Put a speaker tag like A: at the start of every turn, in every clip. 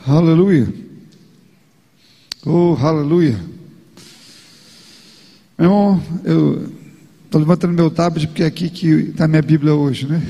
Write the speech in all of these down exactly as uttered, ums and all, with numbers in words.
A: Aleluia. Oh, aleluia. Meu irmão, eu estou levantando meu tablet porque é aqui que está a minha Bíblia hoje, né?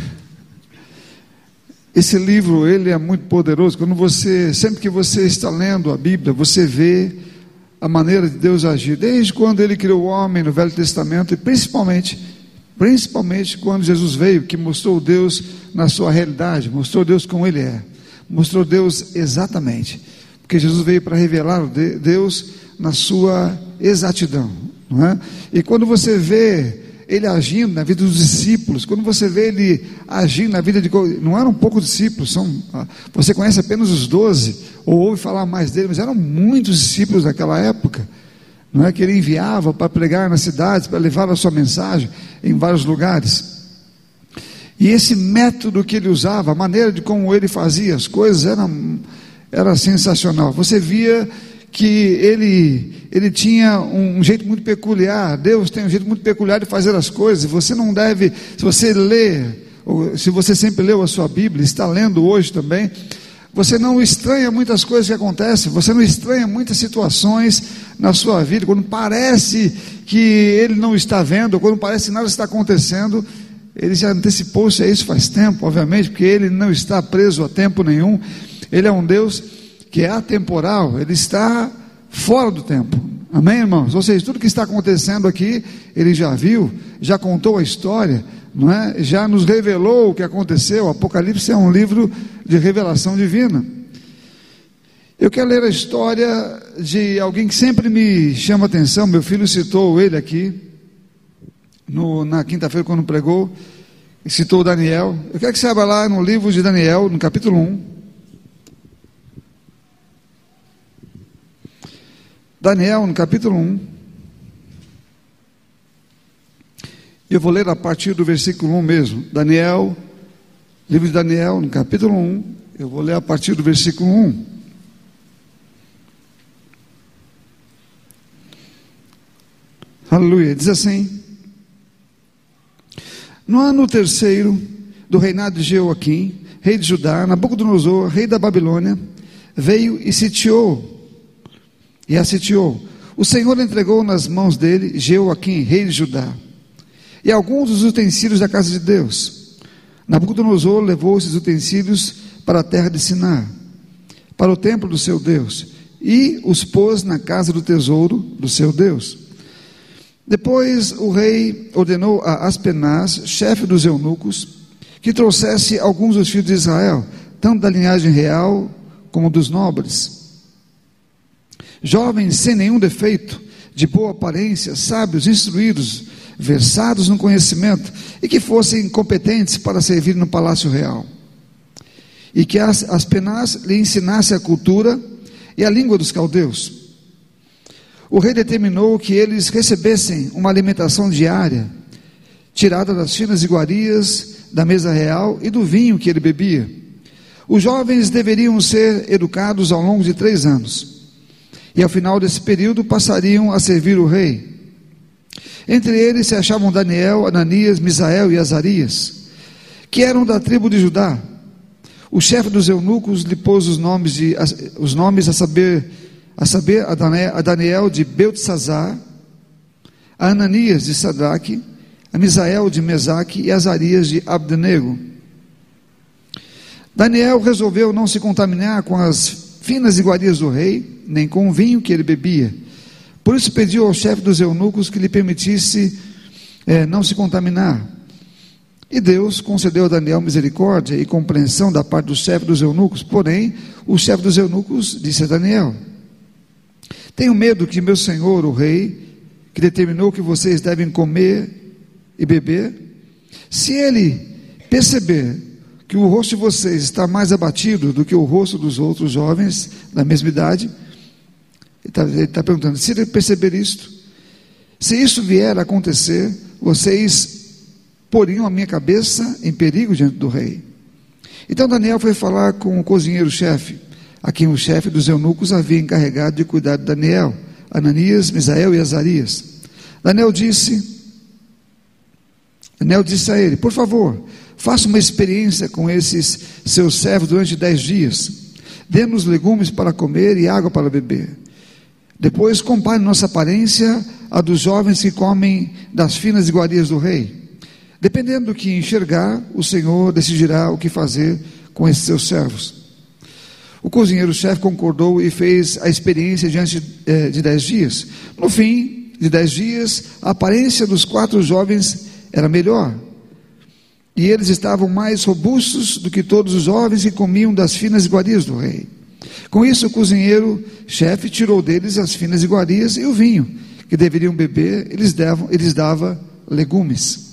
A: Esse livro, ele é muito poderoso. Quando você, sempre que você está lendo a Bíblia, você vê a maneira de Deus agir, desde quando Ele criou o homem no Velho Testamento, e principalmente, principalmente quando Jesus veio, que mostrou Deus na sua realidade, mostrou Deus como Ele é, mostrou Deus exatamente, porque Jesus veio para revelar Deus na sua exatidão, não é? E quando você vê Ele agindo na vida dos discípulos, quando você vê Ele agindo na vida de, não eram poucos discípulos, são, você conhece apenas os doze, ou ouve falar mais dele, mas eram muitos discípulos naquela época, não é, que Ele enviava para pregar nas cidades, para levar a sua mensagem em vários lugares. E esse método que Ele usava, a maneira de como Ele fazia as coisas, era, era sensacional. Você via que ele, ele tinha um, um jeito muito peculiar. Deus tem um jeito muito peculiar de fazer as coisas. Você não deve, se você lê, ou se você sempre leu a sua Bíblia, está lendo hoje também, você não estranha muitas coisas que acontecem, você não estranha muitas situações na sua vida, quando parece que Ele não está vendo, quando parece que nada está acontecendo. Ele já antecipou-se a isso faz tempo, obviamente, porque Ele não está preso a tempo nenhum. Ele é um Deus que é atemporal, Ele está fora do tempo, amém, irmãos? Ou seja, tudo que está acontecendo aqui, Ele já viu, já contou a história, não é? Já nos revelou o que aconteceu. O Apocalipse é um livro de revelação divina. Eu quero ler a história de alguém que sempre me chama a atenção. Meu filho citou ele aqui, no, na quinta-feira quando pregou, citou Daniel. Eu quero que você abra lá no livro de Daniel, no capítulo um. Daniel, no capítulo um, eu vou ler a partir do versículo um mesmo. Daniel, livro de Daniel, no capítulo um, eu vou ler a partir do versículo um. Aleluia, diz assim: no ano terceiro do reinado de Jeoaquim, rei de Judá, Nabucodonosor, rei da Babilônia, veio e sitiou E a sitiou. O Senhor entregou nas mãos dele Jeoaquim, rei de Judá, e alguns dos utensílios da casa de Deus. Nabucodonosor levou esses utensílios para a terra de Sinar, para o templo do seu Deus, e os pôs na casa do tesouro do seu Deus. Depois o rei ordenou a Aspenaz, chefe dos eunucos, que trouxesse alguns dos filhos de Israel, tanto da linhagem real como dos nobres, jovens sem nenhum defeito, de boa aparência, sábios, instruídos, versados no conhecimento, e que fossem competentes para servir no palácio real, e que Aspenaz lhe ensinasse a cultura e a língua dos caldeus. O rei determinou que eles recebessem uma alimentação diária, tirada das finas iguarias da mesa real e do vinho que ele bebia. Os jovens deveriam ser educados ao longo de três anos, e ao final desse período passariam a servir o rei. Entre eles se achavam Daniel, Ananias, Misael e Azarias, que eram da tribo de Judá. O chefe dos eunucos lhe pôs os nomes, de, os nomes a saber, a saber a Daniel de Beltesazar, a Ananias de Sadraque, a Misael de Mesaque e a Azarias de Abdenego. Daniel resolveu não se contaminar com as finas iguarias do rei, nem com o vinho que ele bebia. Por isso pediu ao chefe dos eunucos que lhe permitisse é, não se contaminar. E Deus concedeu a Daniel misericórdia e compreensão da parte do chefe dos eunucos. Porém, o chefe dos eunucos disse a Daniel: tenho medo que meu senhor, o rei, que determinou que vocês devem comer e beber, se ele perceber que o rosto de vocês está mais abatido do que o rosto dos outros jovens da mesma idade, ele está perguntando, se ele perceber isto, se isso vier a acontecer, vocês poriam a minha cabeça em perigo diante do rei. Então Daniel foi falar com o cozinheiro-chefe, a quem o chefe dos eunucos havia encarregado de cuidar de Daniel, Ananias, Misael e Azarias. Daniel disse, Daniel disse a ele: por favor, faça uma experiência com esses seus servos durante dez dias. dê-nos legumes para comer e água para beber. Depois compare nossa aparência à dos jovens que comem das finas iguarias do rei. Dependendo do que enxergar, o Senhor decidirá o que fazer com esses seus servos. O cozinheiro-chefe concordou e fez a experiência diante de dez dias. No fim de dez dias, a aparência dos quatro jovens era melhor, e eles estavam mais robustos do que todos os jovens que comiam das finas iguarias do rei. Com isso, o cozinheiro-chefe tirou deles as finas iguarias e o vinho que deveriam beber, eles davam, eles dava legumes.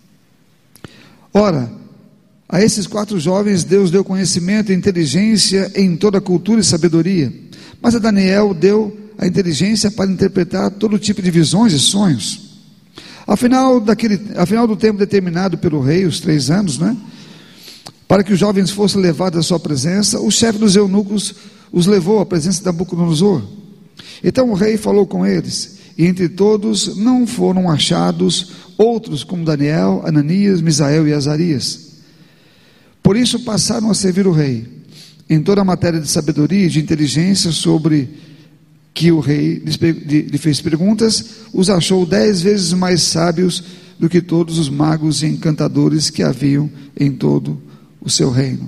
A: Ora, a esses quatro jovens Deus deu conhecimento e inteligência em toda a cultura e sabedoria, mas a Daniel deu a inteligência para interpretar todo tipo de visões e sonhos. Afinal, daquele, afinal do tempo determinado pelo rei, os três anos, né, para que os jovens fossem levados à sua presença, o chefe dos eunucos os levou à presença de Nabucodonosor. Então o rei falou com eles, e entre todos não foram achados outros como Daniel, Ananias, Misael e Azarias. Por isso passaram a servir o rei em toda a matéria de sabedoria e de inteligência sobre que o rei lhe fez perguntas, os achou dez vezes mais sábios do que todos os magos e encantadores que haviam em todo o seu reino.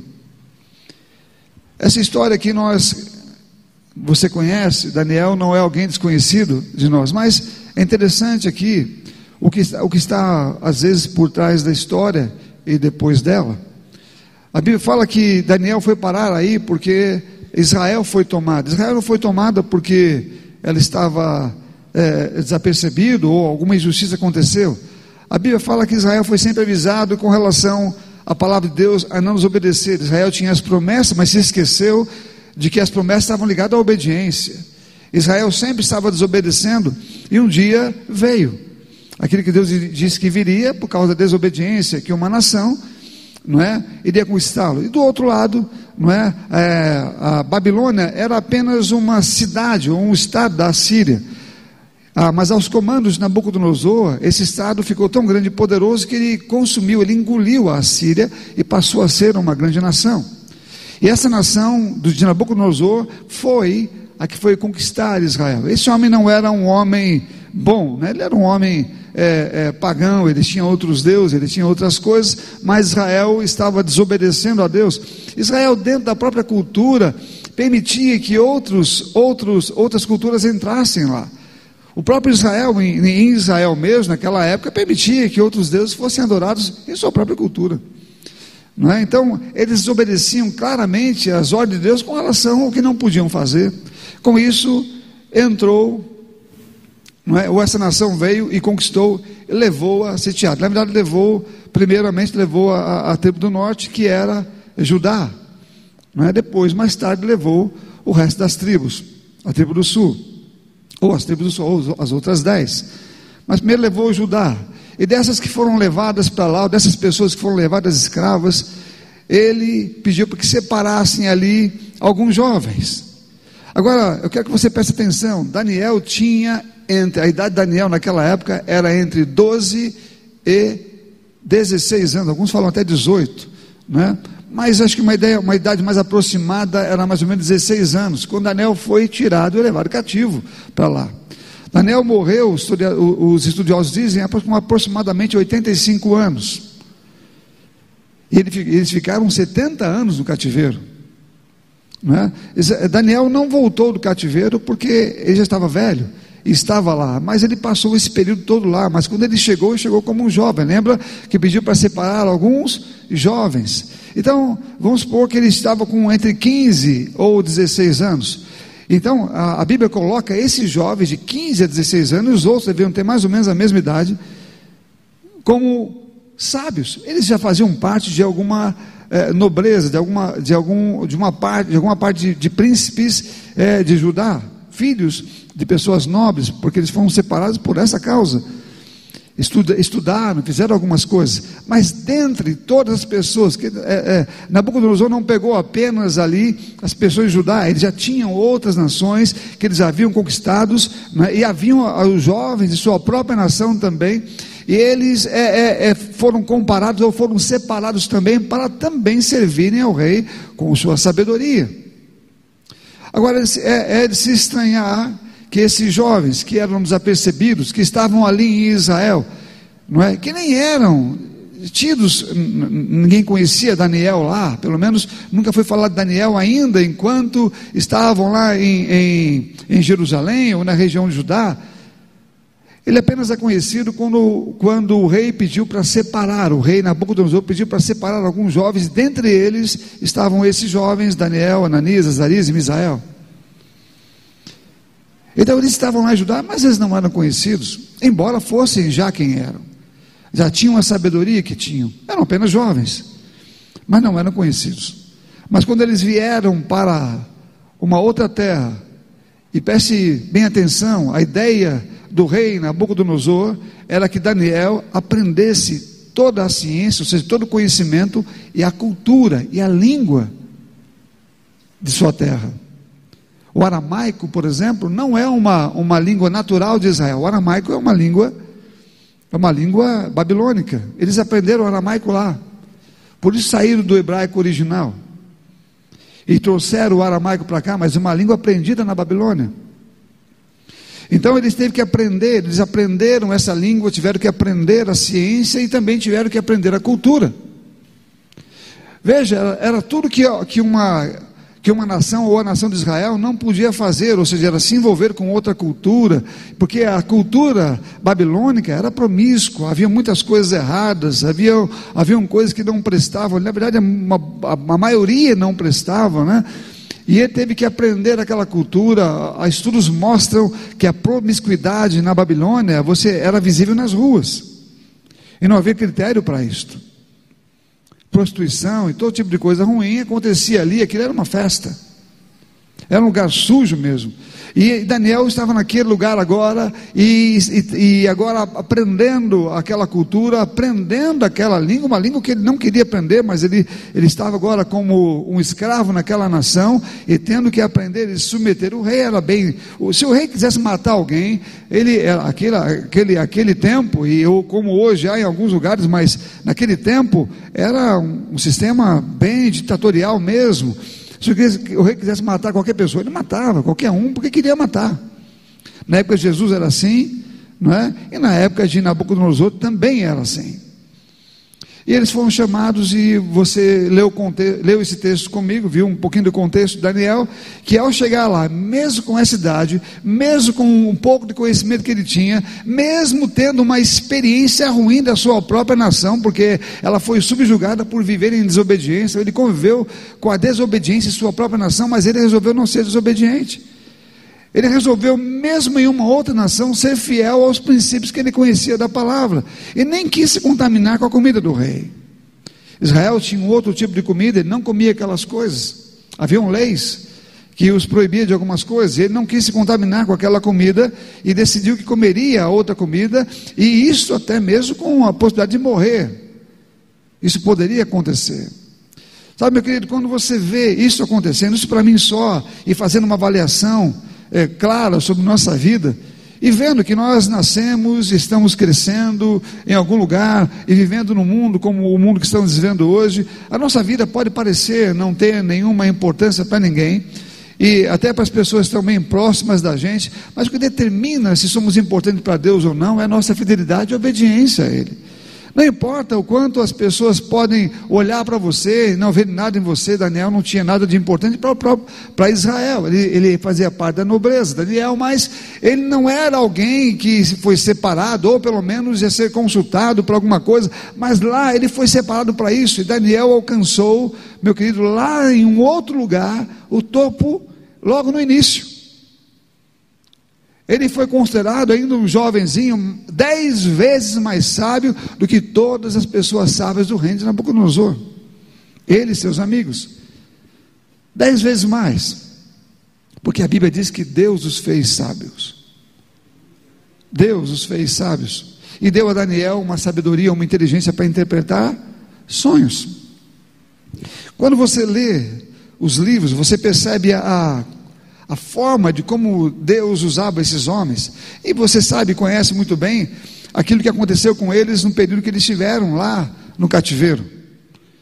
A: Essa história aqui nós, você conhece, Daniel não é alguém desconhecido de nós, mas é interessante aqui o que, o que está às vezes por trás da história e depois dela. A Bíblia fala que Daniel foi parar aí porque Israel foi tomada. Israel não foi tomada porque ela estava é, desapercebido ou alguma injustiça aconteceu. A Bíblia fala que Israel foi sempre avisado com relação à palavra de Deus a não nos obedecer. Israel tinha as promessas, mas se esqueceu de que as promessas estavam ligadas à obediência. Israel sempre estava desobedecendo e um dia veio aquilo que Deus disse que viria por causa da desobediência, que uma nação, não é, iria conquistá-lo. E do outro lado, não é, é, a Babilônia era apenas uma cidade ou um estado da Assíria. Ah, mas aos comandos de Nabucodonosor, esse estado ficou tão grande e poderoso que ele consumiu, ele engoliu a Assíria e passou a ser uma grande nação. E essa nação de Nabucodonosor foi a que foi conquistar Israel. Esse homem não era um homem bom, né? Ele era um homem é, é, pagão, ele tinha outros deuses, ele tinha outras coisas, mas Israel estava desobedecendo a Deus. Israel, dentro da própria cultura, permitia que outros, outros, outras culturas entrassem lá. O próprio Israel, em, em Israel mesmo, naquela época, permitia que outros deuses fossem adorados em sua própria cultura. Não é? Então, eles desobedeciam claramente às ordens de Deus com relação ao que não podiam fazer. Com isso, entrou, não é? Ou essa nação veio e conquistou, e levou a sitiar. Na verdade, levou, primeiramente, levou a, a tribo do norte, que era Judá. Não é? Depois, mais tarde, levou o resto das tribos, a tribo do sul, ou as tribos do sul, ou as outras dez. Mas primeiro levou Judá. E dessas que foram levadas para lá, dessas pessoas que foram levadas escravas, ele pediu para que separassem ali alguns jovens. Agora, eu quero que você preste atenção. Daniel tinha, entre, a idade de Daniel naquela época era entre doze e dezesseis anos, alguns falam até dezoito, né? Mas acho que uma, ideia, uma idade mais aproximada era mais ou menos dezesseis anos, quando Daniel foi tirado e levado cativo para lá. Daniel morreu, os estudiosos dizem, com aproximadamente oitenta e cinco anos. E eles ficaram setenta anos no cativeiro. Não é? Daniel não voltou do cativeiro porque ele já estava velho e estava lá, mas ele passou esse período todo lá. Mas quando ele chegou, ele chegou como um jovem. Lembra que pediu para separar alguns jovens? Então, vamos supor que ele estava com entre quinze ou dezesseis anos. Então, a, a Bíblia coloca esses jovens de quinze a dezesseis anos, e os outros deviam ter mais ou menos a mesma idade, como sábios. Eles já faziam parte de alguma é, nobreza, de alguma, de, algum, de, uma parte, de alguma parte de, de príncipes é, de Judá, filhos de pessoas nobres, porque eles foram separados por essa causa. Estuda, estudaram, fizeram algumas coisas, mas dentre todas as pessoas, que, é, é, Nabucodonosor não pegou apenas ali as pessoas de Judá, eles já tinham outras nações que eles haviam conquistados, né, e haviam os jovens de sua própria nação também, e eles é, é, é, foram comparados ou foram separados também para também servirem ao rei com sua sabedoria. Agora, é, é de se estranhar que esses jovens que eram desapercebidos, que estavam ali em Israel, não é? Que nem eram tidos, ninguém conhecia Daniel lá, pelo menos nunca foi falado de Daniel ainda, enquanto estavam lá em, em, em Jerusalém ou na região de Judá. Ele apenas é conhecido quando, quando o rei pediu para separar, o rei Nabucodonosor pediu para separar alguns jovens, dentre eles estavam esses jovens, Daniel, Ananias, Azarias e Misael. Então eles estavam lá em Judá, mas eles não eram conhecidos, embora fossem já quem eram, já tinham a sabedoria que tinham, eram apenas jovens, mas não eram conhecidos. Mas quando eles vieram para uma outra terra, e preste bem atenção, a ideia do rei Nabucodonosor era que Daniel aprendesse toda a ciência, ou seja, todo o conhecimento e a cultura e a língua de sua terra. O aramaico, por exemplo, não é uma, uma língua natural de Israel. O aramaico é uma língua, é uma língua babilônica. Eles aprenderam o aramaico lá. Por isso saíram do hebraico original e trouxeram o aramaico para cá, mas é uma língua aprendida na Babilônia. Então eles teve que aprender, eles aprenderam essa língua, tiveram que aprender a ciência e também tiveram que aprender a cultura. Veja, era tudo que, que, uma, que uma nação ou a nação de Israel não podia fazer, ou seja, era se envolver com outra cultura, porque a cultura babilônica era promíscua, havia muitas coisas erradas, havia, havia coisas que não prestavam, na verdade a, a, a maioria não prestava, né? E ele teve que aprender aquela cultura. Estudos mostram que a promiscuidade na Babilônia você, era visível nas ruas, e não havia critério para isto. Prostituição e todo tipo de coisa ruim acontecia ali, aquilo era uma festa, era um lugar sujo mesmo. E Daniel estava naquele lugar agora, e, e, e agora aprendendo aquela cultura, aprendendo aquela língua, uma língua que ele não queria aprender, mas ele, ele estava agora como um escravo naquela nação, e tendo que aprender e submeter. O rei era bem, se o rei quisesse matar alguém, ele era aquele, aquele, aquele tempo, e eu, como hoje há em alguns lugares, mas naquele tempo era um, um sistema bem ditatorial mesmo. Se o rei quisesse matar qualquer pessoa, ele matava qualquer um, porque queria matar. Na época de Jesus era assim, não é? E na época de Nabucodonosor também era assim. E eles foram chamados, e você leu, leu esse texto comigo, viu um pouquinho do contexto de Daniel, que ao chegar lá, mesmo com essa idade, mesmo com um pouco de conhecimento que ele tinha, mesmo tendo uma experiência ruim da sua própria nação, porque ela foi subjugada por viver em desobediência, ele conviveu com a desobediência em sua própria nação, mas ele resolveu não ser desobediente. Ele resolveu, mesmo em uma outra nação, ser fiel aos princípios que ele conhecia da palavra, e nem quis se contaminar com a comida do rei. Israel tinha um outro tipo de comida, ele não comia aquelas coisas, haviam leis que os proibia de algumas coisas, e ele não quis se contaminar com aquela comida, e decidiu que comeria a outra comida, e isso até mesmo com a possibilidade de morrer. Isso poderia acontecer. Sabe, meu querido, quando você vê isso acontecendo, isso para mim só, e fazendo uma avaliação É, clara sobre nossa vida, e vendo que nós nascemos, estamos crescendo em algum lugar, e vivendo no mundo como o mundo que estamos vivendo hoje, a nossa vida pode parecer não ter nenhuma importância para ninguém, e até para as pessoas que estão bem próximas da gente, mas o que determina se somos importantes para Deus ou não, é a nossa fidelidade e obediência a Ele. Não importa o quanto as pessoas podem olhar para você e não ver nada em você. Daniel não tinha nada de importante para, para, para Israel, ele, ele fazia parte da nobreza, Daniel, mas ele não era alguém que foi separado, ou pelo menos ia ser consultado para alguma coisa, mas lá ele foi separado para isso, e Daniel alcançou, meu querido, lá em um outro lugar, o topo logo no início. Ele foi considerado ainda um jovenzinho, dez vezes mais sábio do que todas as pessoas sábias do reino de Nabucodonosor. Ele e seus amigos. Dez vezes mais. Porque a Bíblia diz que Deus os fez sábios. Deus os fez sábios. E deu a Daniel uma sabedoria, uma inteligência para interpretar sonhos. Quando você lê os livros, você percebe a... a forma de como Deus usava esses homens, e você sabe, conhece muito bem aquilo que aconteceu com eles no período que eles estiveram lá no cativeiro.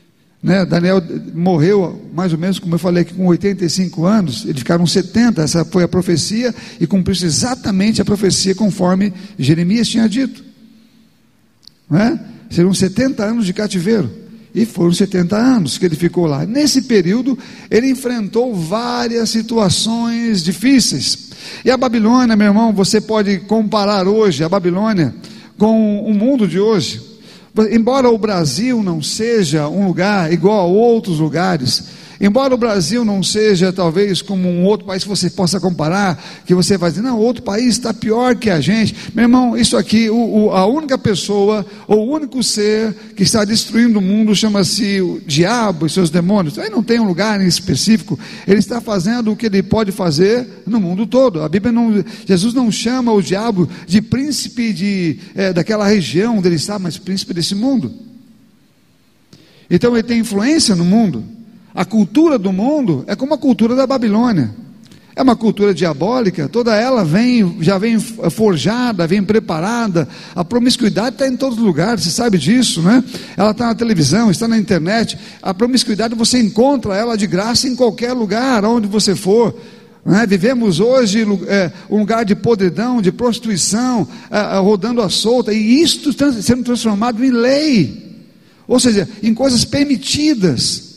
A: né? Daniel morreu mais ou menos, como eu falei aqui, com oitenta e cinco anos. Eles ficaram setenta, essa foi a profecia, e cumpriu-se exatamente a profecia conforme Jeremias tinha dito, né? Seriam setenta anos de cativeiro. E foram setenta anos que ele ficou lá. Nesse período, ele enfrentou várias situações difíceis. E a Babilônia, meu irmão, você pode comparar hoje a Babilônia com o mundo de hoje. Embora o Brasil não seja um lugar igual a outros lugares, embora o Brasil não seja talvez como um outro país que você possa comparar, que você vai dizer, não, outro país está pior que a gente. Meu irmão, isso aqui, o, o, a única pessoa, ou o único ser que está destruindo o mundo chama-se o diabo e seus demônios. Ele não tem um lugar em específico, ele está fazendo o que ele pode fazer no mundo todo. A Bíblia não, Jesus não chama o diabo de príncipe de, é, daquela região onde ele está, mas príncipe desse mundo. Então ele tem influência no mundo. A cultura do mundo é como a cultura da Babilônia. É uma cultura diabólica, toda ela vem, já vem forjada, vem preparada. A promiscuidade está em todos os lugares, você sabe disso, né? Ela está na televisão, está na internet. A promiscuidade você encontra ela de graça em qualquer lugar, onde você for, né? Vivemos hoje é, um lugar de podridão, de prostituição, é, rodando à solta, e isto sendo transformado em lei, ou seja, em coisas permitidas.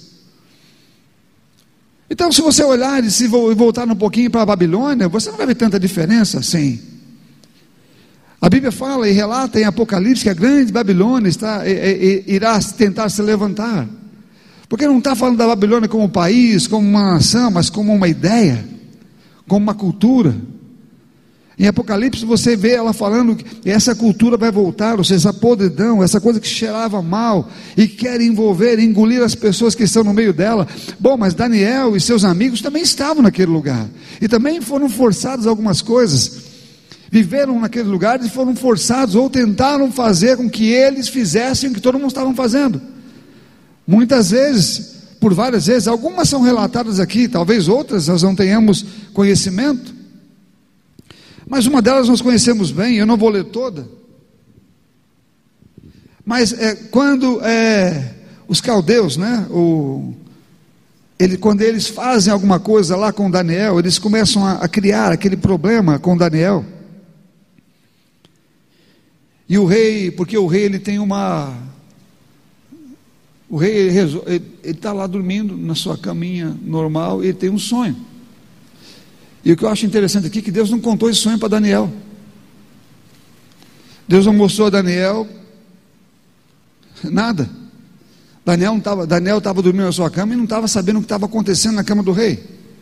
A: Então, se você olhar e se voltar um pouquinho para a Babilônia, você não vai ver tanta diferença assim. A Bíblia fala e relata em Apocalipse que a grande Babilônia está, irá tentar se levantar, porque não está falando da Babilônia como país, como uma nação, mas como uma ideia, como uma cultura. Em Apocalipse você vê ela falando que essa cultura vai voltar, ou seja, essa podridão, essa coisa que cheirava mal e quer envolver, engolir as pessoas que estão no meio dela. Bom, mas Daniel e seus amigos também estavam naquele lugar e também foram forçados a algumas coisas. Viveram naquele lugar e foram forçados ou tentaram fazer com que eles fizessem o que todo mundo estava fazendo. Muitas vezes, por várias vezes, algumas são relatadas aqui, talvez outras nós não tenhamos conhecimento. Mas uma delas nós conhecemos bem, eu não vou ler toda. Mas é, quando é, os caldeus, né, o, ele, quando eles fazem alguma coisa lá com Daniel, eles começam a, a criar aquele problema com Daniel. E o rei, porque o rei ele tem uma... O rei ele está lá dormindo na sua caminha normal e ele tem um sonho. E o que eu acho interessante aqui é que Deus não contou esse sonho para Daniel. Deus não mostrou a Daniel nada. Daniel não estava, Daniel estava dormindo na sua cama e não estava sabendo o que estava acontecendo na cama do rei.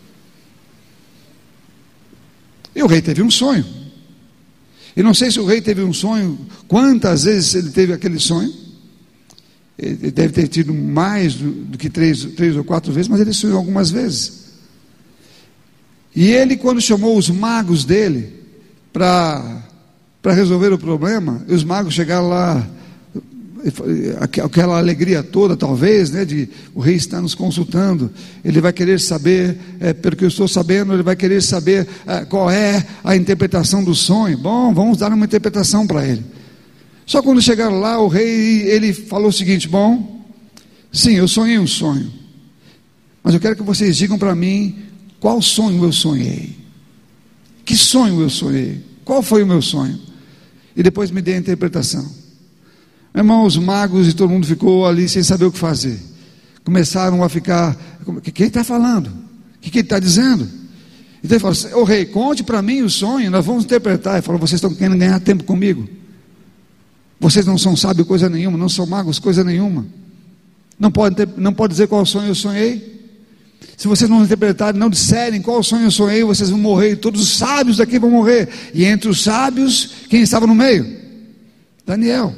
A: E o rei teve um sonho. E não sei se o rei teve um sonho, quantas vezes ele teve aquele sonho. Ele deve ter tido mais do, do que três, três ou quatro vezes, mas ele sonhou algumas vezes. E ele, quando chamou os magos dele para para resolver o problema, e os magos chegaram lá, aquela alegria toda, talvez, né, de o rei está nos consultando, ele vai querer saber, é, pelo que eu estou sabendo, ele vai querer saber é, qual é a interpretação do sonho. Bom, vamos dar uma interpretação para ele. Só quando chegaram lá, o rei, ele falou o seguinte: bom, sim, eu sonhei um sonho, mas eu quero que vocês digam para mim qual sonho eu sonhei. Que sonho eu sonhei? Qual foi o meu sonho? E depois me dê a interpretação. Meu irmão, os magos e todo mundo ficou ali sem saber o que fazer. Começaram a ficar: o que, que ele está falando? O que, que ele está dizendo? Então ele falou: ô rei, conte para mim o sonho, nós vamos interpretar. Ele falou: vocês estão querendo ganhar tempo comigo? Vocês não são sábios coisa nenhuma, não são magos coisa nenhuma. Não pode, ter, não pode dizer qual sonho eu sonhei. Se vocês não interpretarem, não disserem qual sonho eu sonhei, vocês vão morrer, todos os sábios daqui vão morrer. E entre os sábios, quem estava no meio? Daniel.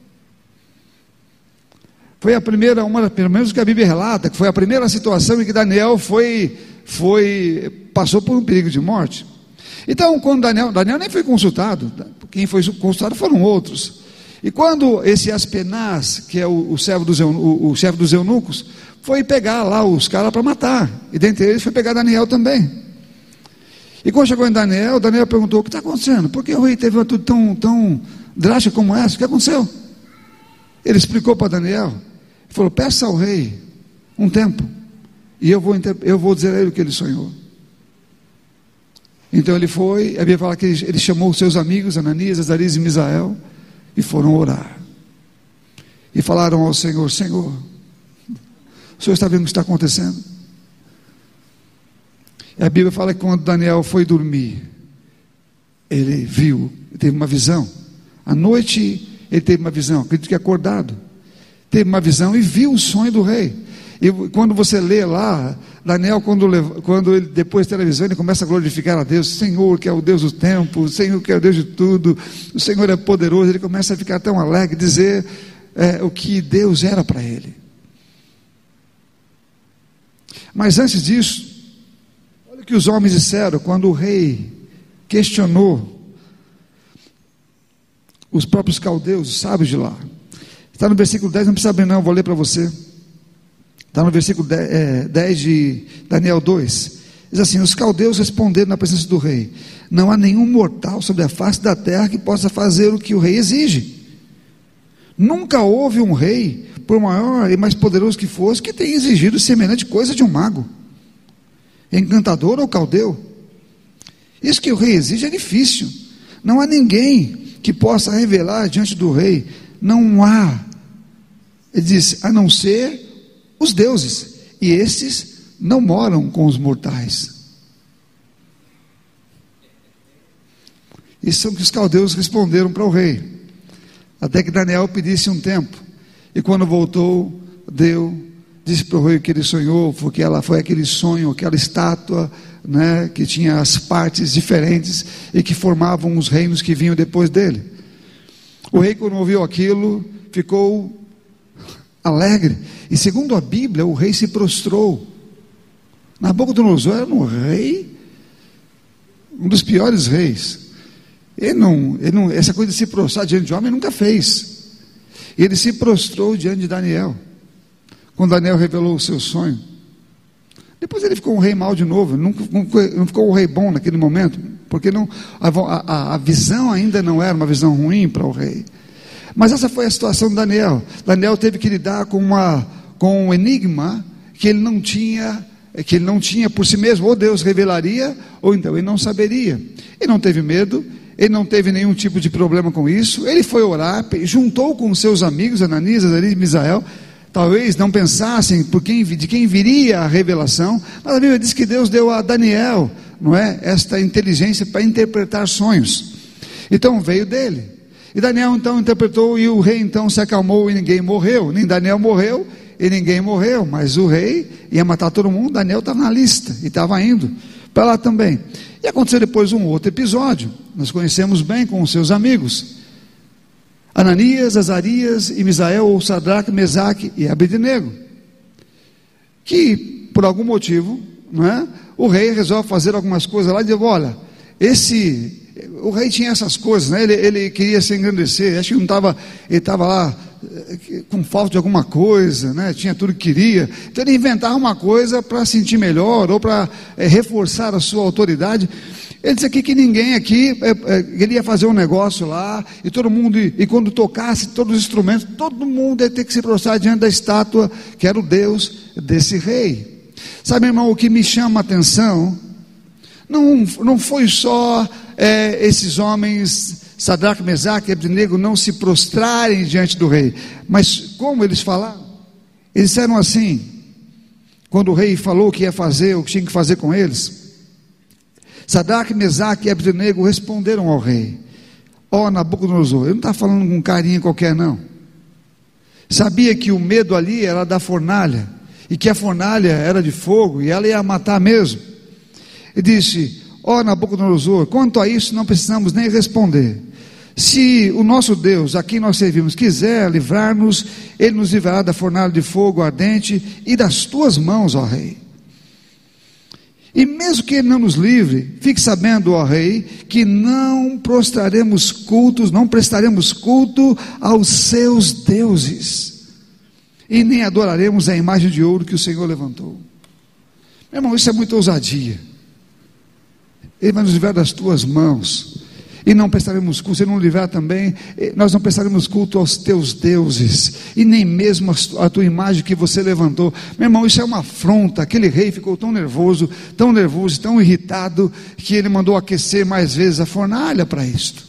A: Foi a primeira, uma, pelo menos que a Bíblia relata, que foi a primeira situação em que Daniel foi, foi, passou por um perigo de morte. Então, quando Daniel, Daniel nem foi consultado, quem foi consultado foram outros. E quando esse Aspenaz, que é o, o, servo dos, o, o chefe dos eunucos, foi pegar lá os caras para matar, e dentre eles foi pegar Daniel também. E quando chegou em Daniel, Daniel perguntou: o que está acontecendo? Por que o rei teve uma atitude tão, tão drástica como essa? O que aconteceu? Ele explicou para Daniel. Ele falou: peça ao rei um tempo, e eu vou, eu vou dizer a ele o que ele sonhou. Então ele foi, a Bíblia fala que ele, ele chamou os seus amigos, Ananias, Azarias e Misael, e foram orar, e falaram ao Senhor: Senhor, o Senhor está vendo o que está acontecendo? E a Bíblia fala que quando Daniel foi dormir, ele viu, teve uma visão. À noite ele teve uma visão, acredito que acordado, teve uma visão e viu o sonho do rei. E quando você lê lá, Daniel, quando, quando ele, depois de ter a visão, ele começa a glorificar a Deus: Senhor, que é o Deus do tempo, o Senhor que é o Deus de tudo, o Senhor é poderoso. Ele começa a ficar tão alegre, dizer é, o que Deus era para ele. Mas antes disso, olha o que os homens disseram quando o rei questionou os próprios caldeus, os sábios de lá. Está no versículo dez, não precisa abrir não, vou ler para você. Está no versículo dez de Daniel dois. Diz assim: os caldeus responderam na presença do rei: não há nenhum mortal sobre a face da terra que possa fazer o que o rei exige. Nunca houve um rei, por maior e mais poderoso que fosse, que tenha exigido semelhante coisa de um mago, encantador ou caldeu. Isso que o rei exige é difícil. Não há ninguém que possa revelar diante do rei. Não há, ele diz, a não ser os deuses, e esses não moram com os mortais. Isso é o que os caldeus responderam para o rei, até que Daniel pedisse um tempo. E quando voltou, deu, disse para o rei que ele sonhou, porque ela foi aquele sonho, aquela estátua, né, que tinha as partes diferentes e que formavam os reinos que vinham depois dele. O rei, quando ouviu aquilo, ficou alegre, e segundo a Bíblia, o rei se prostrou. Nabucodonosor era um rei, um dos piores reis. Ele não, ele não, essa coisa de se prostrar diante de homem, ele nunca fez. Ele se prostrou diante de Daniel, quando Daniel revelou o seu sonho. Depois ele ficou um rei mau de novo, não, não ficou um rei bom naquele momento, porque não, a, a, a visão ainda não era uma visão ruim para o rei. Mas essa foi a situação de Daniel. Daniel teve que lidar com, uma, com um enigma que ele não tinha, que ele não tinha por si mesmo. Ou Deus revelaria, ou então ele não saberia. Ele não teve medo, ele não teve nenhum tipo de problema com isso. Ele foi orar, juntou com os seus amigos, Ananias, Azarias e Misael. Talvez não pensassem por quem, de quem viria a revelação, mas a Bíblia diz que Deus deu a Daniel, não é, esta inteligência para interpretar sonhos. Então veio dele. E Daniel então interpretou, e o rei então se acalmou, e ninguém morreu. Nem Daniel morreu, e ninguém morreu. Mas o rei ia matar todo mundo. Daniel estava na lista, e estava indo para lá também. E aconteceu depois um outro episódio. Nós conhecemos bem com os seus amigos. Ananias, Azarias e Misael, ou Sadraque, Mesaque e Abednego, que por algum motivo, não é, o rei resolve fazer algumas coisas lá e diz: olha, esse, o rei tinha essas coisas, né? ele, ele queria se engrandecer, acho que não estava, ele estava lá com falta de alguma coisa, né? Tinha tudo que queria, então ele inventava uma coisa para sentir melhor, ou para é, reforçar a sua autoridade. Ele disse aqui que ninguém aqui, é, é, ele ia fazer um negócio lá, e todo mundo, e, e quando tocasse todos os instrumentos, todo mundo ia ter que se prostrar diante da estátua, que era o Deus desse rei. Sabe, irmão, o que me chama a atenção, não, não foi só é, esses homens, Sadraque, Mesaque e Abednego, não se prostrarem diante do rei, mas como eles falaram, eles disseram assim, quando o rei falou o que ia fazer, o que tinha que fazer com eles, Sadraque, Mesaque e Abednego responderam ao rei: ó oh, Nabucodonosor, ele não está falando com um carinha qualquer não, sabia que o medo ali era da fornalha, e que a fornalha era de fogo, e ela ia matar mesmo. Ele disse: ó oh, Nabucodonosor, quanto a isso não precisamos nem responder. Se o nosso Deus, a quem nós servimos, quiser livrar-nos, ele nos livrará da fornalha de fogo ardente e das tuas mãos, ó rei. E mesmo que ele não nos livre, fique sabendo, ó rei, que não prostraremos cultos, não prestaremos culto aos seus deuses, e nem adoraremos a imagem de ouro que o Senhor levantou. Meu irmão, isso é muita ousadia. Ele vai nos livrar das tuas mãos. E não prestaremos culto, se ele não livrar também, nós não prestaremos culto aos teus deuses, e nem mesmo a tua imagem que você levantou. Meu irmão, isso é uma afronta. Aquele rei ficou tão nervoso, tão nervoso, tão irritado, que ele mandou aquecer mais vezes a fornalha para isto.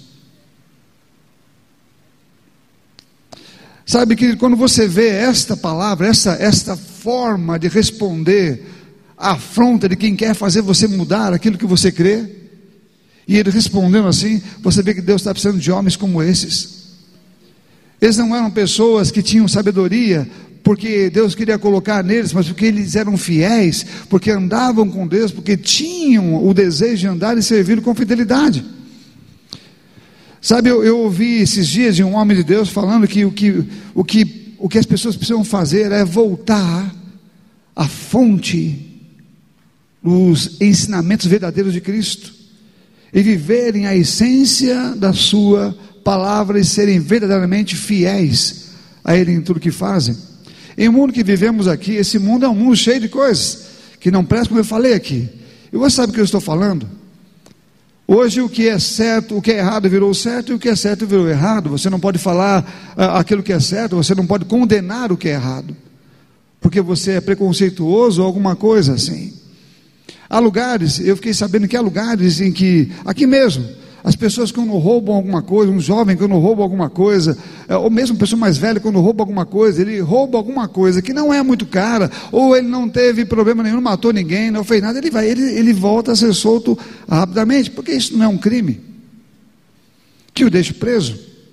A: Sabe, querido, quando você vê esta palavra, essa, esta forma de responder à afronta de quem quer fazer você mudar aquilo que você crê, e ele respondendo assim, você vê que Deus está precisando de homens como esses. Eles não eram pessoas que tinham sabedoria porque Deus queria colocar neles, mas porque eles eram fiéis, porque andavam com Deus, porque tinham o desejo de andar e servir com fidelidade. Sabe, eu, eu ouvi esses dias de um homem de Deus falando que o que, o que, o que as pessoas precisam fazer é voltar à fonte dos ensinamentos verdadeiros de Cristo, e viverem a essência da sua palavra, e serem verdadeiramente fiéis a Ele em tudo que fazem. Em o mundo que vivemos aqui, esse mundo é um mundo cheio de coisas que não prestam, como eu falei aqui. E você sabe o que eu estou falando? Hoje o que é certo, o que é errado virou certo, e o que é certo virou errado. Você não pode falar ah, aquilo que é certo, você não pode condenar o que é errado, porque você é preconceituoso ou alguma coisa assim. Há lugares, eu fiquei sabendo que há lugares em que, aqui mesmo, as pessoas quando roubam alguma coisa, um jovem quando rouba alguma coisa, ou mesmo uma pessoa mais velha quando rouba alguma coisa, ele rouba alguma coisa que não é muito cara, ou ele não teve problema nenhum, não matou ninguém, não fez nada, ele vai, ele, ele volta a ser solto rapidamente, porque isso não é um crime que o deixe preso.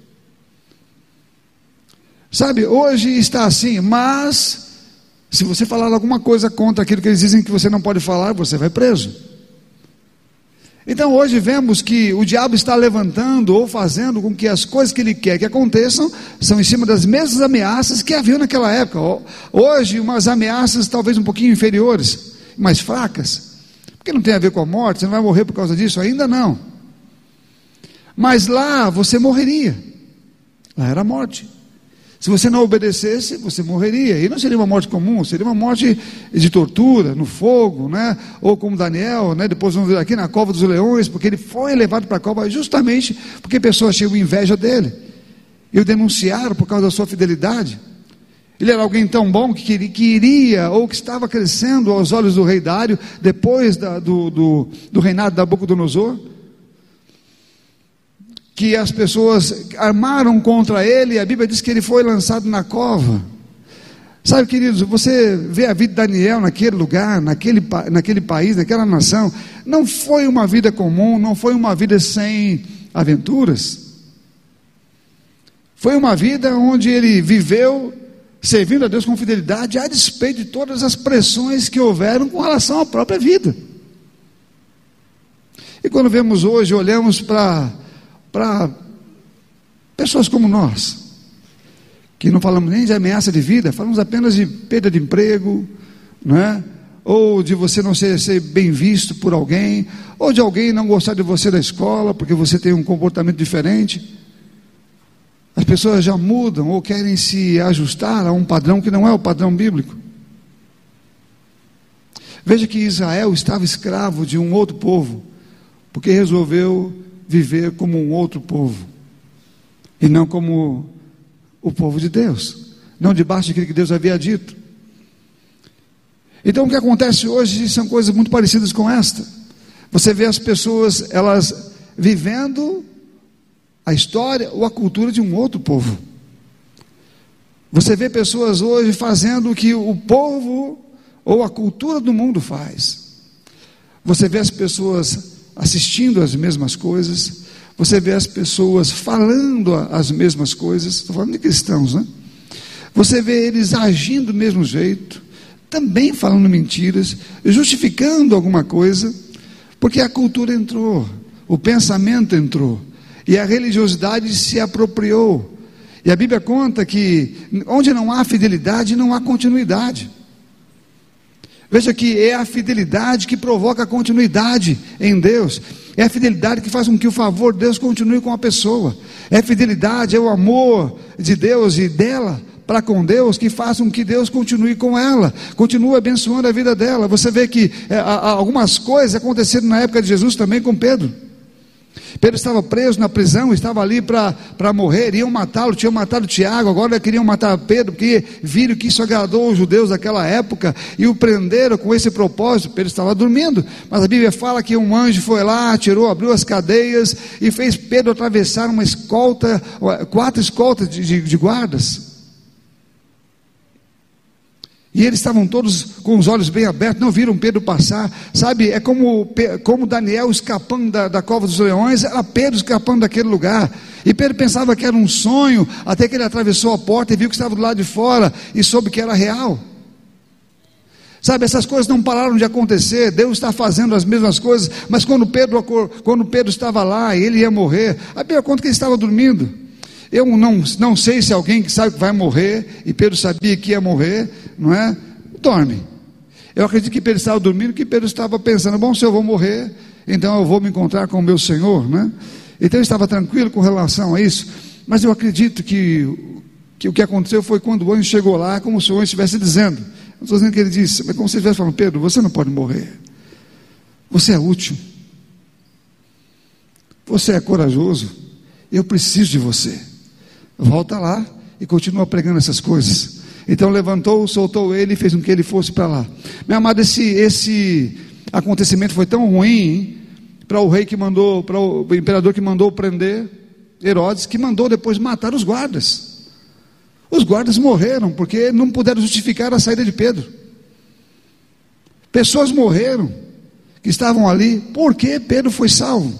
A: Sabe, hoje está assim, mas se você falar alguma coisa contra aquilo que eles dizem que você não pode falar, você vai preso. Então hoje vemos que o diabo está levantando ou fazendo com que as coisas que ele quer que aconteçam são em cima das mesmas ameaças que haviam naquela época. Hoje umas ameaças talvez um pouquinho inferiores, mais fracas, porque não tem a ver com a morte, você não vai morrer por causa disso, ainda não. Mas lá você morreria, lá era a morte. Se você não obedecesse, você morreria, e não seria uma morte comum, seria uma morte de tortura, no fogo, né? Ou como Daniel, né? Depois vamos ver aqui na cova dos leões, porque ele foi levado para a cova justamente porque pessoas tinham inveja dele, e o denunciaram por causa da sua fidelidade. Ele era alguém tão bom que queria, que iria, ou que estava crescendo aos olhos do rei Dário, depois da, do, do, do reinado de Nabucodonosor, que as pessoas armaram contra ele, e a Bíblia diz que ele foi lançado na cova. Sabe, queridos, você vê a vida de Daniel naquele lugar, naquele, naquele país, naquela nação, não foi uma vida comum, não foi uma vida sem aventuras, foi uma vida onde ele viveu servindo a Deus com fidelidade, a despeito de todas as pressões que houveram com relação à própria vida. E quando vemos hoje, olhamos para para pessoas como nós, que não falamos nem de ameaça de vida, falamos apenas de perda de emprego, não é? Ou de você não ser, ser bem visto por alguém, ou de alguém não gostar de você da escola, porque você tem um comportamento diferente. As pessoas já mudam, ou querem se ajustar a um padrão que não é o padrão bíblico. Veja que Israel estava escravo de um outro povo, porque resolveu viver como um outro povo, e não como o povo de Deus, não debaixo daquilo que Deus havia dito. Então o que acontece hoje são coisas muito parecidas com esta. Você vê as pessoas, elas vivendo a história ou a cultura de um outro povo. Você vê pessoas hoje fazendo o que o povo ou a cultura do mundo faz. Você vê as pessoas assistindo as mesmas coisas, você vê as pessoas falando as mesmas coisas, estou falando de cristãos, né? Você vê eles agindo do mesmo jeito, também falando mentiras, justificando alguma coisa, porque a cultura entrou, o pensamento entrou, e a religiosidade se apropriou, e a Bíblia conta que onde não há fidelidade, não há continuidade. Veja que é a fidelidade que provoca a continuidade em Deus, é a fidelidade que faz com que o favor de Deus continue com a pessoa, é a fidelidade, é o amor de Deus e dela para com Deus que faz com que Deus continue com ela, continue abençoando a vida dela. Você vê que é, há, algumas coisas aconteceram na época de Jesus também com Pedro. Pedro estava preso na prisão, estava ali para morrer, iam matá-lo, tinham matado Tiago, agora queriam matar Pedro, porque viram que isso agradou os judeus daquela época, e o prenderam com esse propósito. Pedro estava dormindo, mas a Bíblia fala que um anjo foi lá, tirou, abriu as cadeias, e fez Pedro atravessar uma escolta, quatro escoltas de, de, de guardas, e eles estavam todos com os olhos bem abertos, não viram Pedro passar, sabe, é como, como Daniel escapando da, da cova dos leões, era Pedro escapando daquele lugar, e Pedro pensava que era um sonho, até que ele atravessou a porta e viu que estava do lado de fora, e soube que era real. Sabe, essas coisas não pararam de acontecer, Deus está fazendo as mesmas coisas, mas quando Pedro, quando Pedro estava lá, e ele ia morrer, a Bíblia conta que ele estava dormindo. Eu não, não sei se alguém que sabe que vai morrer, e Pedro sabia que ia morrer, não é? Dorme. Eu acredito que Pedro estava dormindo, que Pedro estava pensando, bom, se eu vou morrer, então eu vou me encontrar com o meu Senhor, né? Então ele estava tranquilo com relação a isso, mas eu acredito que, que o que aconteceu foi quando o anjo chegou lá, como se o anjo estivesse dizendo, não estou dizendo que ele disse, mas como se ele estivesse falando, Pedro, você não pode morrer, você é útil, você é corajoso, eu preciso de você. Volta lá e continua pregando essas coisas. Então levantou, soltou ele e fez com que ele fosse para lá. Meu amado, esse, esse acontecimento foi tão ruim para o rei que mandou, para o imperador que mandou prender Herodes, que mandou depois matar os guardas. Os guardas morreram porque não puderam justificar a saída de Pedro. Pessoas morreram que estavam ali porque Pedro foi salvo.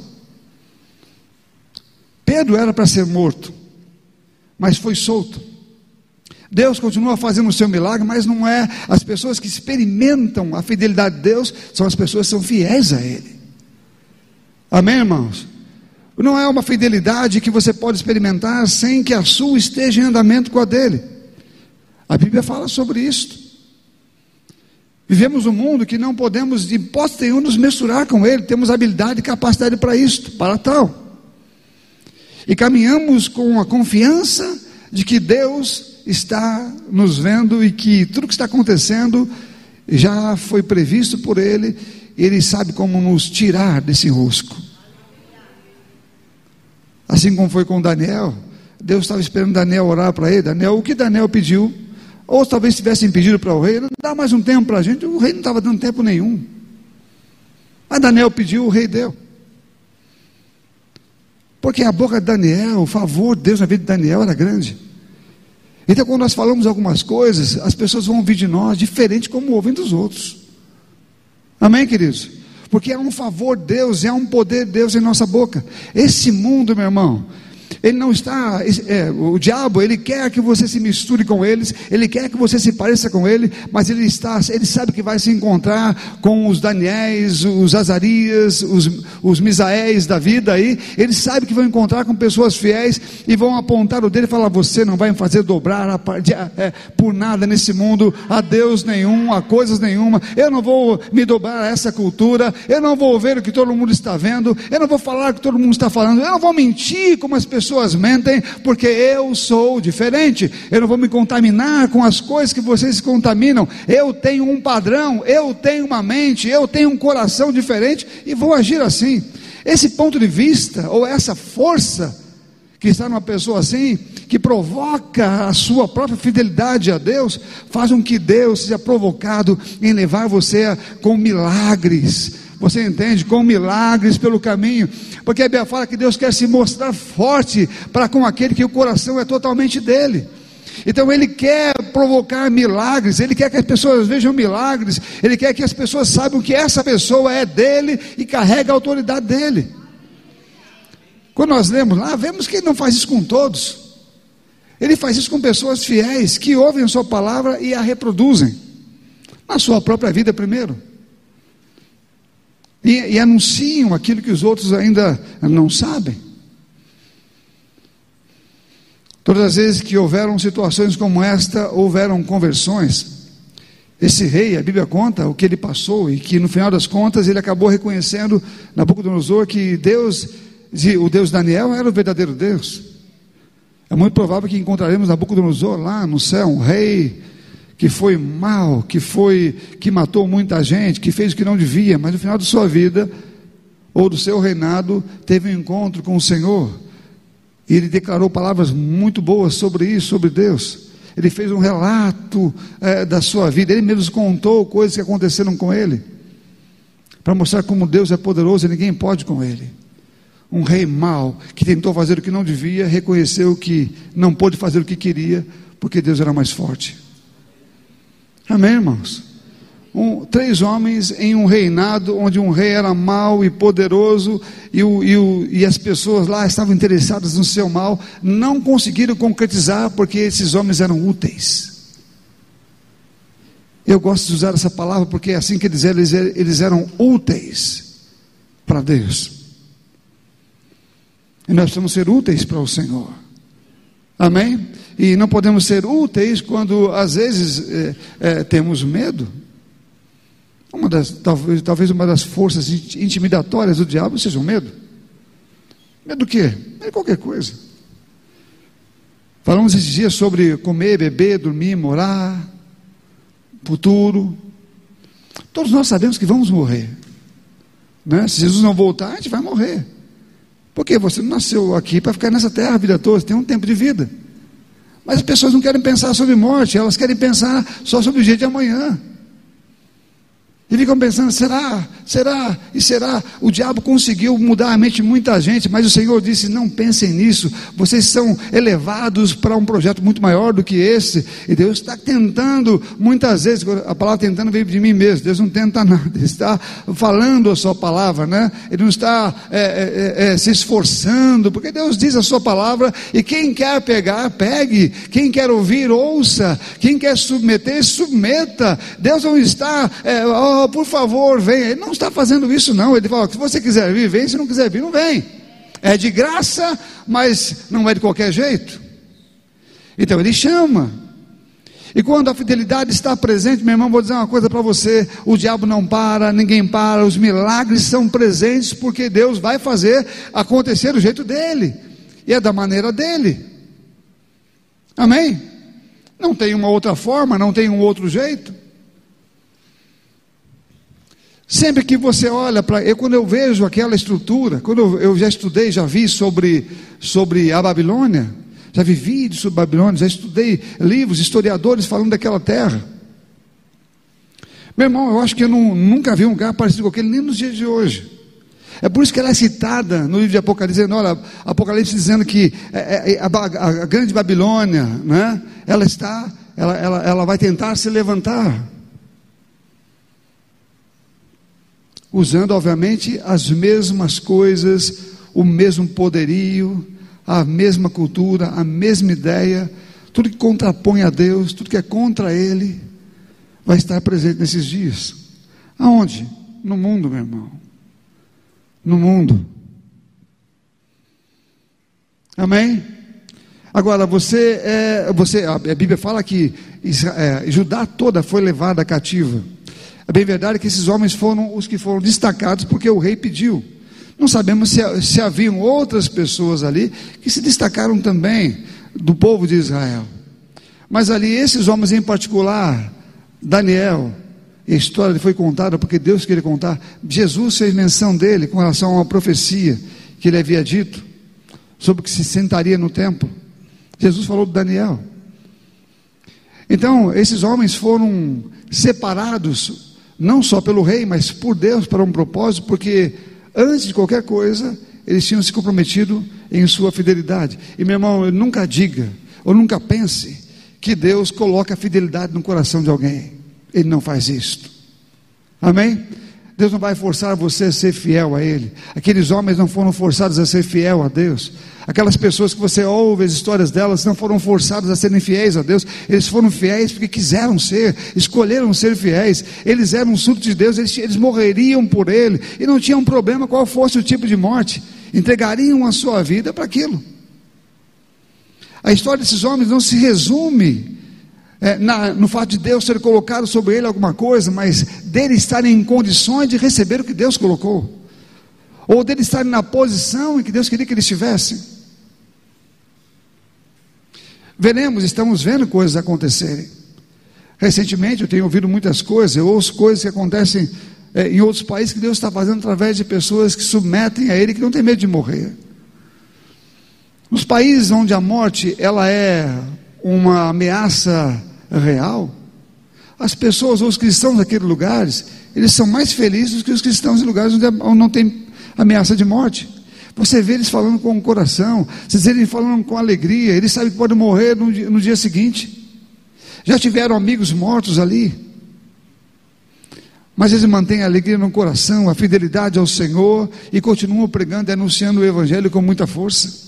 A: Pedro era para ser morto, mas foi solto. Deus continua fazendo o seu milagre, mas não é as pessoas que experimentam a fidelidade de Deus, são as pessoas que são fiéis a Ele. Amém, irmãos? Não é uma fidelidade que você pode experimentar sem que a sua esteja em andamento com a dele. A Bíblia fala sobre isso. Vivemos um mundo que não podemos de hipótese nenhuma nos misturar com Ele, temos habilidade e capacidade para isto, para tal. E caminhamos com a confiança de que Deus está nos vendo e que tudo que está acontecendo já foi previsto por Ele, e Ele sabe como nos tirar desse enrosco. Assim como foi com Daniel, Deus estava esperando Daniel orar para ele. Daniel, o que Daniel pediu, ou talvez tivessem pedido para o rei, dá mais um tempo para a gente, o rei não estava dando tempo nenhum, mas Daniel pediu, o rei deu. Porque a boca de Daniel, o favor de Deus na vida de Daniel era grande. Então quando nós falamos algumas coisas, as pessoas vão ouvir de nós diferente como ouvem dos outros. Amém, queridos? Porque é um favor de Deus, é um poder de Deus em nossa boca. Esse mundo, meu irmão, ele não está, é, o diabo, ele quer que você se misture com eles, ele quer que você se pareça com ele, mas ele está, ele sabe que vai se encontrar com os Daniéis, os Azarias, os, os Misaéis da vida aí, ele sabe que vão encontrar com pessoas fiéis, e vão apontar o dedo e falar, você não vai me fazer dobrar a, é, por nada nesse mundo, a Deus nenhum, a coisas nenhuma, eu não vou me dobrar a essa cultura, eu não vou ver o que todo mundo está vendo, eu não vou falar o que todo mundo está falando, eu não vou mentir como as pessoas pessoas mentem, porque eu sou diferente, eu não vou me contaminar com as coisas que vocês se contaminam, eu tenho um padrão, eu tenho uma mente, eu tenho um coração diferente, e vou agir assim. Esse ponto de vista, ou essa força que está numa pessoa assim, que provoca a sua própria fidelidade a Deus, faz com que Deus seja provocado em levar você a, com milagres, você entende? Com milagres pelo caminho, porque a Bíblia fala que Deus quer se mostrar forte para com aquele que o coração é totalmente dele. Então Ele quer provocar milagres, Ele quer que as pessoas vejam milagres, Ele quer que as pessoas saibam que essa pessoa é dele e carrega a autoridade dele. Quando nós lemos lá, vemos que Ele não faz isso com todos, Ele faz isso com pessoas fiéis, que ouvem a sua palavra e a reproduzem, na sua própria vida primeiro. E, e anunciam aquilo que os outros ainda não sabem. Todas as vezes que houveram situações como esta, houveram conversões. Esse rei, a Bíblia conta o que ele passou, e que no final das contas ele acabou reconhecendo Nabucodonosor que Deus, o Deus Daniel era o verdadeiro Deus. É muito provável que encontraremos Nabucodonosor lá no céu, um rei que foi mal, que foi, que matou muita gente, que fez o que não devia, mas no final de sua vida, ou do seu reinado, teve um encontro com o Senhor, e ele declarou palavras muito boas sobre isso, sobre Deus. Ele fez um relato é, da sua vida, ele mesmo contou coisas que aconteceram com ele, para mostrar como Deus é poderoso e ninguém pode com ele. Um rei mau, que tentou fazer o que não devia, reconheceu que não pôde fazer o que queria, porque Deus era mais forte. Amém, irmãos? Um, três homens em um reinado, onde um rei era mau e poderoso, e, o, e, o, e as pessoas lá estavam interessadas no seu mal, não conseguiram concretizar, porque esses homens eram úteis. Eu gosto de usar essa palavra, porque é assim que eles eram, eles, eles eram úteis para Deus, e nós precisamos ser úteis para o Senhor, amém? E não podemos ser úteis quando às vezes é, é, temos medo. Uma das, talvez, talvez uma das forças intimidatórias do diabo seja o medo. Medo do quê? Medo de qualquer coisa. Falamos esses dias sobre comer, beber, dormir, morar, futuro. Todos nós sabemos que vamos morrer, né? Se Jesus não voltar, a gente vai morrer. Porque você não nasceu aqui para ficar nessa terra a vida toda, você tem um tempo de vida. Mas as pessoas não querem pensar sobre morte, elas querem pensar só sobre o dia de amanhã. E ficam pensando, será, será, e será? O diabo conseguiu mudar a mente de muita gente, mas o Senhor disse, não pensem nisso, vocês são elevados para um projeto muito maior do que esse, e Deus está tentando, muitas vezes, a palavra tentando veio de mim mesmo, Deus não tenta nada, Ele está falando a sua palavra, né? Ele não está é, é, é, se esforçando, porque Deus diz a sua palavra, e quem quer pegar, pegue, quem quer ouvir, ouça, quem quer submeter, submeta. Deus não está, é, oh, por favor, venha. Ele não está fazendo isso não, ele fala, se você quiser vir, vem, se não quiser vir, não vem. É de graça, mas não é de qualquer jeito. Então ele chama, e quando a fidelidade está presente, meu irmão, vou dizer uma coisa para você, o diabo não para, ninguém para, os milagres são presentes, porque Deus vai fazer acontecer do jeito dele, e é da maneira dele, amém? Não tem uma outra forma, não tem um outro jeito. Sempre que você olha para, eu quando eu vejo aquela estrutura, quando eu, eu já estudei, já vi sobre, sobre a Babilônia, já vi vídeos sobre a Babilônia, já estudei livros, historiadores falando daquela terra. Meu irmão, eu acho que eu não, nunca vi um lugar parecido com aquele, nem nos dias de hoje. É por isso que ela é citada no livro de Apocalipse, dizendo, olha, Apocalipse dizendo que a, a, a, a grande Babilônia, né, ela está, ela, ela, ela vai tentar se levantar. Usando obviamente as mesmas coisas, o mesmo poderio, a mesma cultura, a mesma ideia, tudo que contrapõe a Deus, tudo que é contra Ele, vai estar presente nesses dias. Aonde? No mundo, meu irmão. No mundo. Amém? Agora, você, é, você a Bíblia fala que Israel, é, Judá toda foi levada cativa. É bem verdade que esses homens foram os que foram destacados porque o rei pediu. Não sabemos se, se haviam outras pessoas ali que se destacaram também do povo de Israel. Mas ali esses homens em particular, Daniel, e a história foi contada porque Deus queria contar. Jesus fez menção dele com relação a uma profecia que ele havia dito sobre o que se sentaria no templo. Jesus falou de Daniel. Então esses homens foram separados não só pelo rei, mas por Deus, para um propósito, porque antes de qualquer coisa, eles tinham se comprometido em sua fidelidade. E meu irmão, nunca diga, ou nunca pense, que Deus coloca a fidelidade no coração de alguém. Ele não faz isto, amém? Deus não vai forçar você a ser fiel a Ele. Aqueles homens não foram forçados a ser fiel a Deus. Aquelas pessoas que você ouve as histórias delas não foram forçadas a serem fiéis a Deus. Eles foram fiéis porque quiseram ser, escolheram ser fiéis. Eles eram súditos de Deus, eles, eles morreriam por Ele, e não tinham problema qual fosse o tipo de morte, entregariam a sua vida para aquilo. A história desses homens não se resume É, na, no fato de Deus ter colocado sobre ele alguma coisa, mas dele estarem em condições de receber o que Deus colocou, ou dele estarem na posição em que Deus queria que ele estivesse. Veremos, estamos vendo coisas acontecerem. Recentemente eu tenho ouvido muitas coisas, eu ouço coisas que acontecem é, em outros países, que Deus está fazendo através de pessoas que submetem a Ele, que não tem medo de morrer. Nos países onde a morte ela é uma ameaça real, as pessoas ou os cristãos daqueles lugares, eles são mais felizes do que os cristãos em lugares onde não tem ameaça de morte. Você vê eles falando com o coração, você vê eles falando com alegria, eles sabem que podem morrer no dia, no dia seguinte. Já tiveram amigos mortos ali, mas eles mantêm a alegria no coração, a fidelidade ao Senhor, e continuam pregando e anunciando o Evangelho com muita força.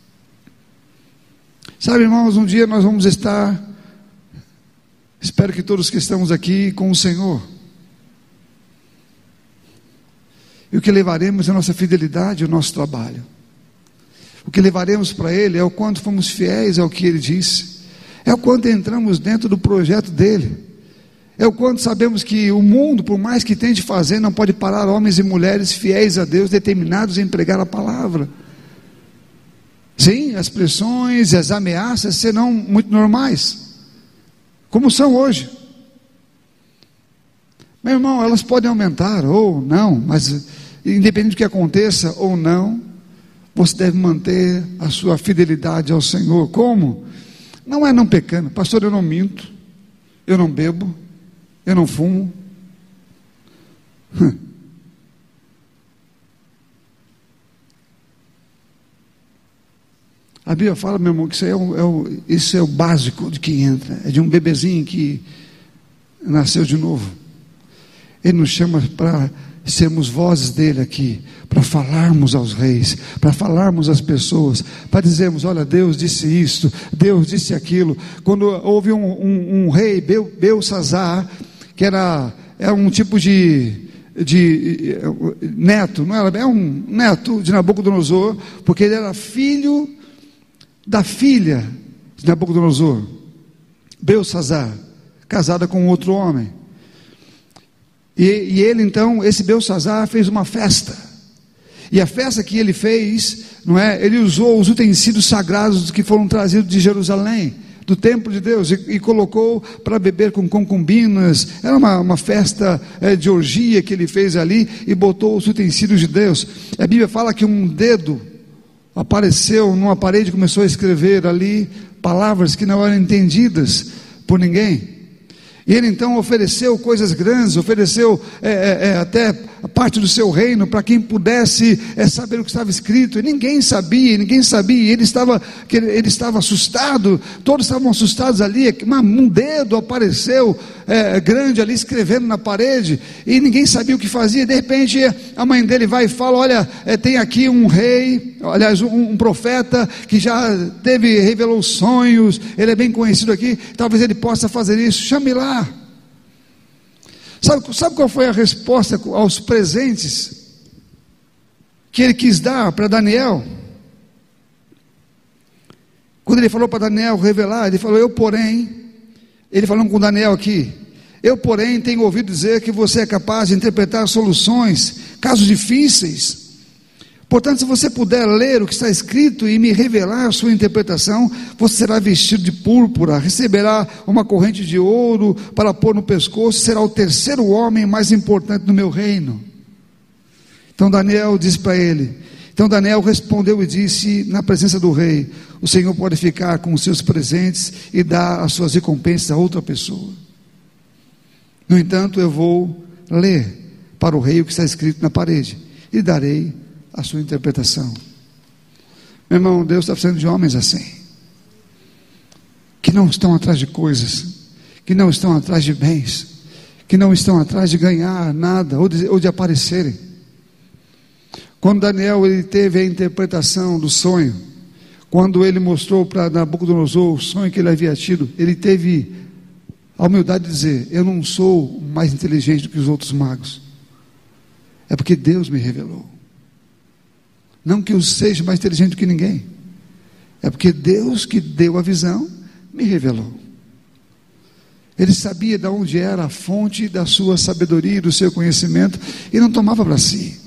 A: Sabe, irmãos, um dia nós vamos estar, espero que todos que estamos aqui, com o Senhor. E o que levaremos é a nossa fidelidade, o nosso trabalho. O que levaremos para Ele é o quanto fomos fiéis ao que Ele disse, é o quanto entramos dentro do projeto dEle, é o quanto sabemos que o mundo, por mais que tente fazer, não pode parar homens e mulheres fiéis a Deus, determinados em pregar a palavra. Sim, as pressões e as ameaças serão muito normais, como são hoje. Meu irmão, elas podem aumentar ou não, mas independente do que aconteça ou não, você deve manter a sua fidelidade ao Senhor. Como? Não é não pecando. Pastor, eu não minto, eu não bebo, eu não fumo. A Bíblia fala, meu irmão, que isso é o, é o, isso é o básico de quem entra. É de um bebezinho que nasceu de novo. Ele nos chama para sermos vozes dele aqui, para falarmos aos reis, para falarmos às pessoas, para dizermos, olha, Deus disse isto, Deus disse aquilo. Quando houve um, um, um rei, Belsazar, que era, era um tipo de, de neto, não era, é um neto de Nabucodonosor, porque ele era filho da filha de Nabucodonosor, Belsazar, casada com outro homem. E, e ele então, esse Belsazar fez uma festa, e a festa que ele fez, não é, ele usou os utensílios sagrados que foram trazidos de Jerusalém, do templo de Deus, e, e colocou para beber com concubinas. Era uma, uma festa é, de orgia que ele fez ali, e botou os utensílios de Deus. A Bíblia fala que um dedo apareceu numa parede e começou a escrever ali palavras que não eram entendidas por ninguém. E ele então ofereceu coisas grandes, ofereceu é, é, é, até parte do seu reino para quem pudesse é, saber o que estava escrito. E ninguém sabia, ninguém sabia. E ele estava, ele estava assustado, todos estavam assustados ali. Um dedo apareceu é, grande ali escrevendo na parede, e ninguém sabia o que fazia. De repente a mãe dele vai e fala, olha, é, tem aqui um rei, aliás um, um profeta que já teve, revelou sonhos, ele é bem conhecido aqui, talvez ele possa fazer isso, chame lá. Sabe, sabe qual foi a resposta aos presentes que ele quis dar para Daniel? Quando ele falou para Daniel revelar, ele falou, eu porém, ele falando com Daniel aqui, eu porém tenho ouvido dizer que você é capaz de interpretar soluções, casos difíceis. Portanto, se você puder ler o que está escrito e me revelar a sua interpretação, você será vestido de púrpura, receberá uma corrente de ouro para pôr no pescoço, será o terceiro homem mais importante no meu reino. Então Daniel disse para ele, então Daniel respondeu e disse na presença do rei, o Senhor pode ficar com os seus presentes e dar as suas recompensas a outra pessoa. No entanto, eu vou ler para o rei o que está escrito na parede e darei a sua interpretação. Meu irmão, Deus está precisando de homens assim, que não estão atrás de coisas, que não estão atrás de bens, que não estão atrás de ganhar nada, ou de, ou de aparecerem. Quando Daniel ele teve a interpretação do sonho, quando ele mostrou para Nabucodonosor o sonho que ele havia tido, ele teve a humildade de dizer, eu não sou mais inteligente do que os outros magos, é porque Deus me revelou. Não que eu seja mais inteligente do que ninguém, é porque Deus que deu a visão me revelou. Ele sabia de onde era a fonte da sua sabedoria e do seu conhecimento, e não tomava para si.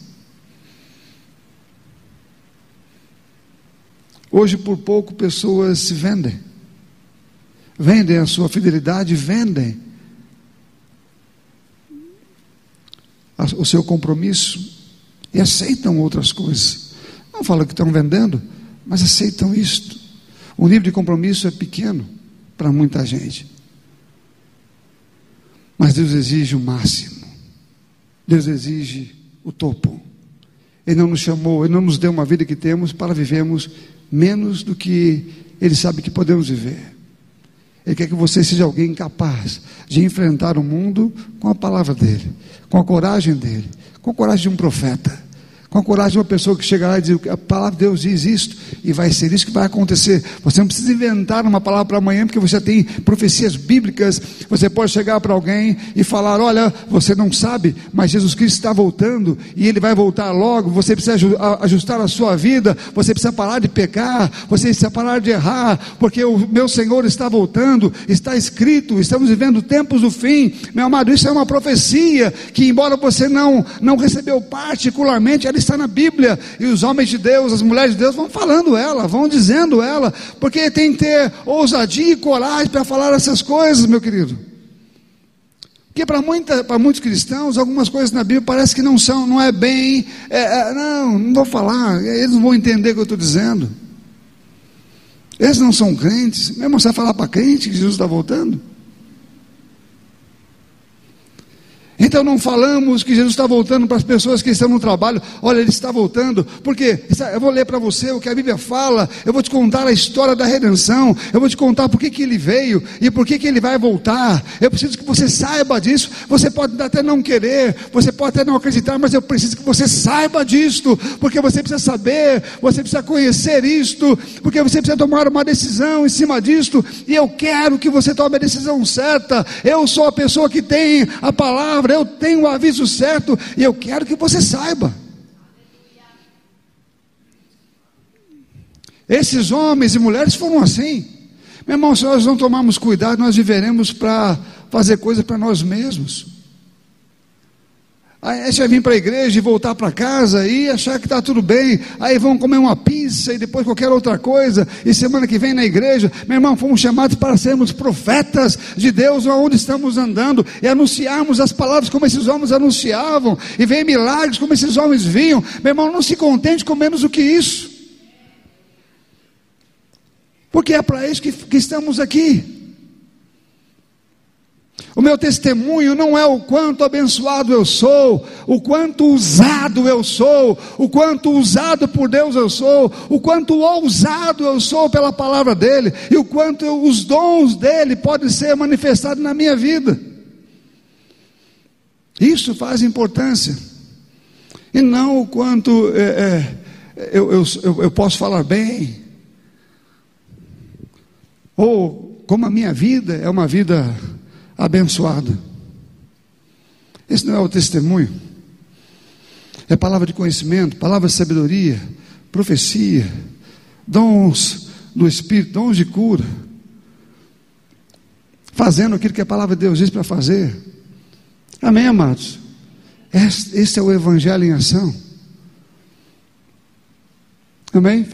A: Hoje por pouco pessoas se vendem, vendem a sua fidelidade, vendem o seu compromisso e aceitam outras coisas. Não fala que estão vendendo, mas aceitam isto. O nível de compromisso é pequeno para muita gente, mas Deus exige o máximo. Deus exige o topo. Ele não nos chamou, Ele não nos deu uma vida que temos para vivermos menos do que Ele sabe que podemos viver. Ele quer que você seja alguém capaz de enfrentar o mundo com a palavra dEle, com a coragem dEle, com a coragem de um profeta, com a coragem de uma pessoa que chegará e diz: a palavra de Deus diz isto, e vai ser isso que vai acontecer. Você não precisa inventar uma palavra para amanhã, porque você tem profecias bíblicas. Você pode chegar para alguém e falar: olha, você não sabe, mas Jesus Cristo está voltando, e Ele vai voltar logo. Você precisa ajustar a sua vida, você precisa parar de pecar, você precisa parar de errar, porque o meu Senhor está voltando, está escrito, estamos vivendo tempos do fim. Meu amado, isso é uma profecia, que embora você não, não recebeu particularmente, ela está na Bíblia, e os homens de Deus, as mulheres de Deus vão falando ela, vão dizendo ela, porque tem que ter ousadia e coragem para falar essas coisas, meu querido. Porque para, muita, para muitos cristãos, algumas coisas na Bíblia parece que não são, não é bem, é, é, não, não vou falar, eles não vão entender o que eu estou dizendo. Eles não são crentes, mesmo você vai falar para crente que Jesus está voltando? Então não falamos que Jesus está voltando para as pessoas que estão no trabalho. Olha, Ele está voltando, porque eu vou ler para você o que a Bíblia fala. Eu vou te contar a história da redenção. Eu vou te contar por que que Ele veio e por que que Ele vai voltar. Eu preciso que você saiba disso. Você pode até não querer, você pode até não acreditar, mas eu preciso que você saiba disto, porque você precisa saber, você precisa conhecer isto, porque você precisa tomar uma decisão em cima disto, e eu quero que você tome a decisão certa. Eu sou a pessoa que tem a palavra, eu tenho o aviso certo, e eu quero que você saiba. Esses homens e mulheres foram assim. Meu irmão, se nós não tomarmos cuidado, nós viveremos para fazer coisa para nós mesmos. Aí a gente vai vir para a igreja e voltar para casa e achar que está tudo bem. Aí vão comer uma pizza e depois qualquer outra coisa, e semana que vem na igreja. Meu irmão, fomos chamados para sermos profetas de Deus onde estamos andando, e anunciarmos as palavras como esses homens anunciavam, e ver milagres como esses homens viam. Meu irmão, não se contente com menos do que isso, porque é para isso que, que estamos aqui. O meu testemunho não é o quanto abençoado eu sou, o quanto usado eu sou, o quanto usado por Deus eu sou, o quanto ousado eu sou pela palavra dEle, e o quanto eu, os dons dEle podem ser manifestados na minha vida. Isso faz importância, e não o quanto é, é, eu, eu, eu, eu posso falar bem, ou como a minha vida é uma vida abençoada. Esse não é o testemunho. É palavra de conhecimento, palavra de sabedoria, profecia, dons do Espírito, dons de cura, fazendo aquilo que a palavra de Deus diz para fazer. Amém, amados? Esse é o Evangelho em ação. Amém?